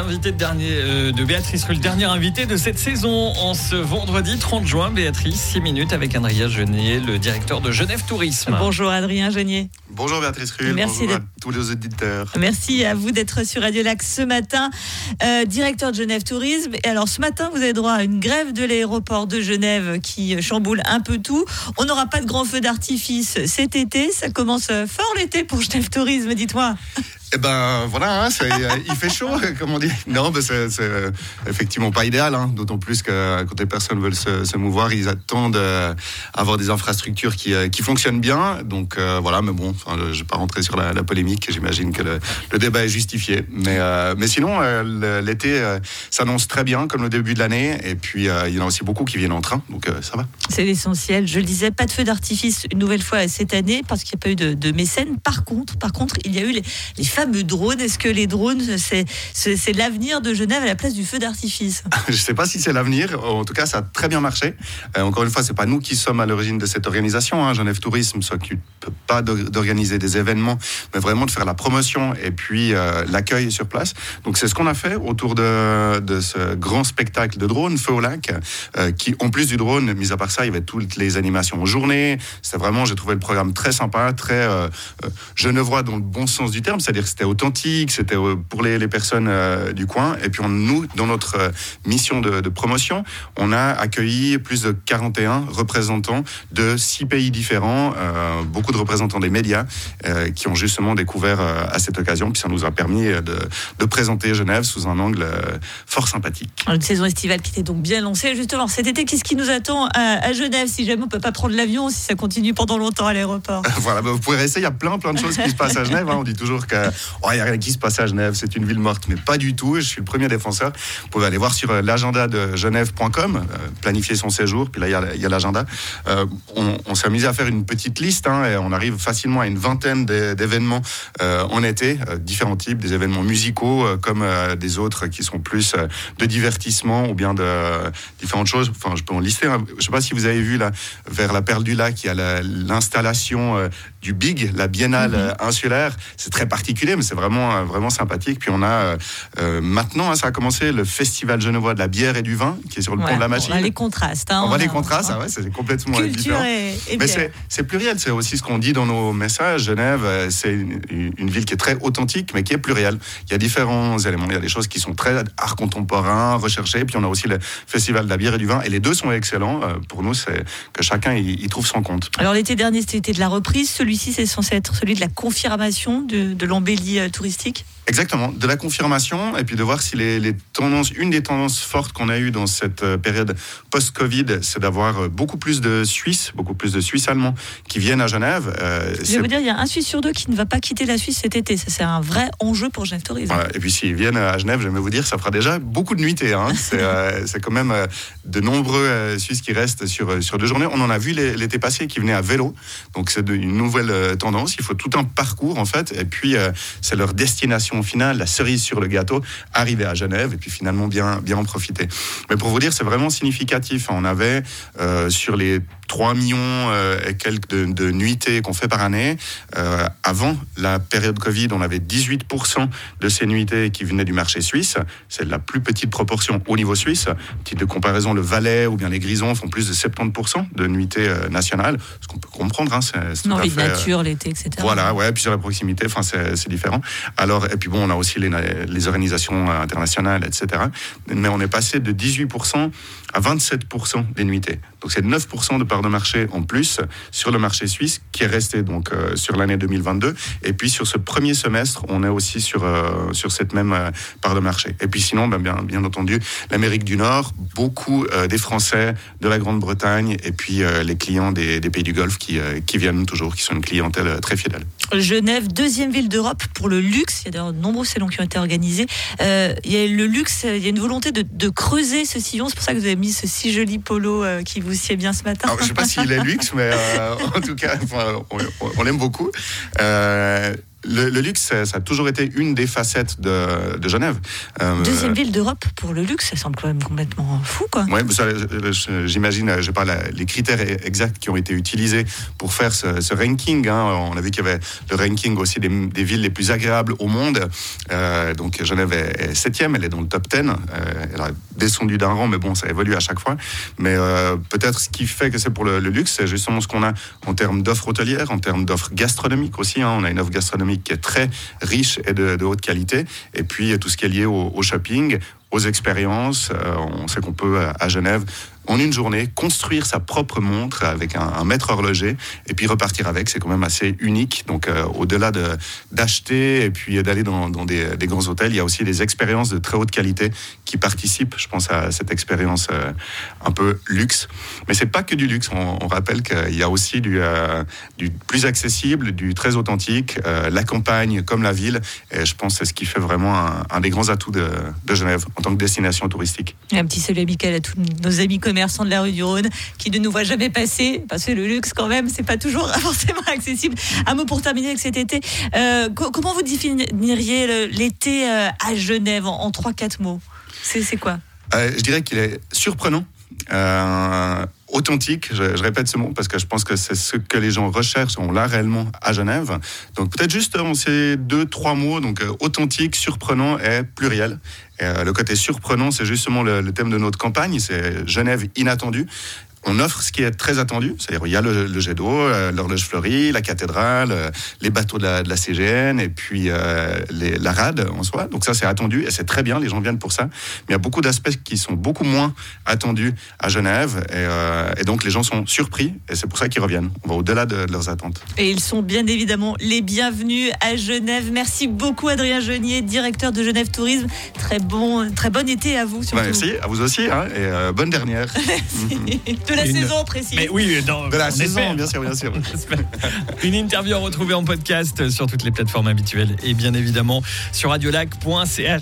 invité de Béatrice Rulle, dernière invitée de cette saison en ce vendredi 30 juin. Béatrice, 6 minutes avec Adrien Genier, le directeur de Genève Tourisme. Bonjour Adrien Genier. Bonjour Béatrice Rulle, bonjour à tous les auditeurs. Merci à vous d'être sur Radio Lac ce matin, directeur de Genève Tourisme. Et alors ce matin, vous avez droit à une grève de l'aéroport de Genève qui chamboule un peu tout. On n'aura pas de grand feu d'artifice cet été, ça commence fort l'été pour Genève Tourisme, dites-moi. Eh ben voilà, il fait chaud, comme on dit. Non, ben c'est effectivement pas idéal, d'autant plus que quand les personnes veulent se mouvoir, ils attendent à avoir des infrastructures qui fonctionnent bien. Donc voilà, mais bon, je ne vais pas rentrer sur la polémique. J'imagine que le débat est justifié. Mais sinon, l'été s'annonce très bien, comme le début de l'année. Et puis il y en a aussi beaucoup qui viennent en train, donc ça va. C'est l'essentiel. Je le disais, pas de feu d'artifice une nouvelle fois cette année parce qu'il n'y a pas eu de mécènes. Par contre, il y a eu les fameux drones. Est-ce que les drones, c'est l'avenir de Genève à la place du feu d'artifice? Je ne sais pas si c'est l'avenir. En tout cas, ça a très bien marché. Encore une fois, c'est pas nous qui sommes à l'origine de cette organisation. Genève Tourisme s'occupe pas d'organiser des événements, mais vraiment de faire la promotion et puis l'accueil sur place. Donc c'est ce qu'on a fait autour de ce grand spectacle de drones, Feu au lac, qui, en plus du drone, mis à part ça, il y avait toutes les animations en journée. C'était vraiment, j'ai trouvé le programme très sympa, très genevois dans le bon sens du terme, c'est-à-dire que c'était authentique, c'était pour les personnes du coin. Et puis nous, dans notre mission de promotion, on a accueilli plus de 41 représentants de 6 pays différents, beaucoup de représentants des médias qui ont justement découvert à cette occasion. Puis ça nous a permis de présenter Genève sous un angle fort sympathique. Une saison estivale qui était donc bien lancée. Justement, cet été, qu'est-ce qui nous attend à Genève si jamais on ne peut pas prendre l'avion, si ça continue pendant longtemps à l'aéroport? Voilà, vous pouvez rester, il y a plein de choses qui se passent à Genève. On dit toujours que il n'y a rien qui se passe à Genève, c'est une ville morte, mais pas du tout. Je suis le premier défenseur. Vous pouvez aller voir sur l'agenda de genève.com, planifier son séjour, puis là il y a l'agenda. On s'est amusé à faire une petite liste, et on arrive facilement à une vingtaine d'événements en été, différents types, des événements musicaux comme des autres qui sont plus de divertissement ou bien de différentes choses. Enfin, je peux en lister. Je ne sais pas si vous avez vu là, vers la Perle du Lac, il y a l'installation du Big, la biennale insulaire. C'est très particulier, mais c'est vraiment sympathique. Puis on a maintenant, ça a commencé, le festival genevois de la bière et du vin, qui est sur le pont de la Machine. On a les contrastes. On voit les contrastes, c'est complètement différent. Mais c'est pluriel, c'est aussi ce qu'on dit dans nos messages. Genève, c'est une ville qui est très authentique, mais qui est plurielle. Il y a différents éléments. Il y a des choses qui sont très art contemporain, recherchées. Puis on a aussi le festival de la bière et du vin. Et les deux sont excellents. Pour nous, c'est que chacun y trouve son compte. Alors l'été dernier, c'était de la reprise. Celui-ci, c'est censé être celui de la confirmation de l'embellie touristique. Exactement, de la confirmation et puis de voir si les tendances, une des tendances fortes qu'on a eues dans cette période post-Covid, c'est d'avoir beaucoup plus de Suisses allemands qui viennent à Genève. Je vais vous dire, il y a un Suisse sur deux qui ne va pas quitter la Suisse cet été. Ça, c'est un vrai enjeu pour Genève Tourisme. Voilà. Et puis s'ils viennent à Genève, j'aime vous dire, ça fera déjà beaucoup de nuitées. C'est quand même de nombreux Suisses qui restent sur 2 journées. On en a vu l'été passé qui venaient à vélo. Donc c'est une nouvelle tendance. Il faut tout un parcours en fait. Et puis c'est leur destination finale, la cerise sur le gâteau, arriver à Genève et puis finalement bien en profiter. Mais pour vous dire, c'est vraiment significatif. On avait sur les 3 millions et quelques de nuitées qu'on fait par année. Avant la période Covid, on avait 18% de ces nuitées qui venaient du marché suisse. C'est la plus petite proportion au niveau suisse. Titre de comparaison, le Valais ou bien les Grisons font plus de 70% de nuitées nationales. Ce qu'on peut comprendre, c'est tout à fait... nature, l'été, etc. Voilà, ouais, puis sur la proximité, c'est différent. Alors, et puis bon, on a aussi les organisations internationales, etc. Mais on est passé de 18% à 27% des nuitées. Donc c'est 9% de part de marché en plus sur le marché suisse qui est resté donc sur l'année 2022. Et puis sur ce premier semestre, on est aussi sur cette même part de marché. Et puis sinon, bien entendu, l'Amérique du Nord, beaucoup des Français de la Grande-Bretagne et puis les clients des pays du Golfe qui viennent toujours, qui sont une clientèle très fidèle. Genève, deuxième ville d'Europe pour le luxe. Il y a d'ailleurs de nombreux salons qui ont été organisés. Il y a le luxe, il y a une volonté de creuser ce sillon. C'est pour ça que vous avez mis ce si joli polo qui vous sied bien ce matin. Alors, je ne sais pas s'il est luxe, mais en tout cas, on l'aime beaucoup. le luxe, ça a toujours été une des facettes de Genève. Deuxième ville d'Europe pour le luxe, ça semble quand même complètement fou, quoi. Oui, j'imagine, je sais pas les critères exacts qui ont été utilisés pour faire ce ranking. On a vu qu'il y avait le ranking aussi des villes les plus agréables au monde. Donc Genève est 7e, elle est dans le top 10. Elle a descendu d'un rang, mais bon, ça évolue à chaque fois. Mais peut-être ce qui fait que c'est pour le luxe, c'est justement ce qu'on a en termes d'offres hôtelières, en termes d'offres gastronomiques aussi. On a une offre gastronomique qui est très riche et de haute qualité. Et puis tout ce qui est lié au shopping, aux expériences. On sait qu'on peut, à Genève, en une journée, construire sa propre montre avec un maître horloger et puis repartir avec. C'est quand même assez unique. Donc, au-delà d'acheter et puis d'aller dans des grands hôtels, il y a aussi des expériences de très haute qualité qui participent, je pense, à cette expérience un peu luxe. Mais c'est pas que du luxe. On rappelle qu'il y a aussi du plus accessible, du très authentique, la campagne comme la ville. Et je pense que c'est ce qui fait vraiment un des grands atouts de Genève en tant que destination touristique. Un petit salut amical à tous nos amis commerçants de la rue du Rhône qui ne nous voient jamais passer, parce que le luxe quand même c'est pas toujours forcément accessible. Un mot pour terminer avec cet été, comment vous définiriez l'été à Genève en 3-4 mots? C'est quoi? Je dirais qu'il est surprenant, authentique, je répète ce mot parce que je pense que c'est ce que les gens recherchent, on l'a réellement à Genève. Donc peut-être juste ces 2-3 mots, donc authentique, surprenant et pluriel. Et, le côté surprenant, c'est justement le thème de notre campagne, c'est Genève inattendue. On offre ce qui est très attendu, c'est-à-dire il y a le jet d'eau, l'horloge fleurie, la cathédrale, les bateaux de la CGN et puis la rade en soi. Donc ça c'est attendu et c'est très bien, les gens viennent pour ça. Mais il y a beaucoup d'aspects qui sont beaucoup moins attendus à Genève et donc les gens sont surpris et c'est pour ça qu'ils reviennent. On va au-delà de leurs attentes. Et ils sont bien évidemment les bienvenus à Genève. Merci beaucoup Adrien Genier, directeur de Genève Tourisme. Très bon été à vous surtout. Merci, à vous aussi et bonne dernière. Merci. De la saison précise. Mais oui, de la saison, bien sûr. Une interview à retrouver en podcast sur toutes les plateformes habituelles et bien évidemment sur radiolac.ch.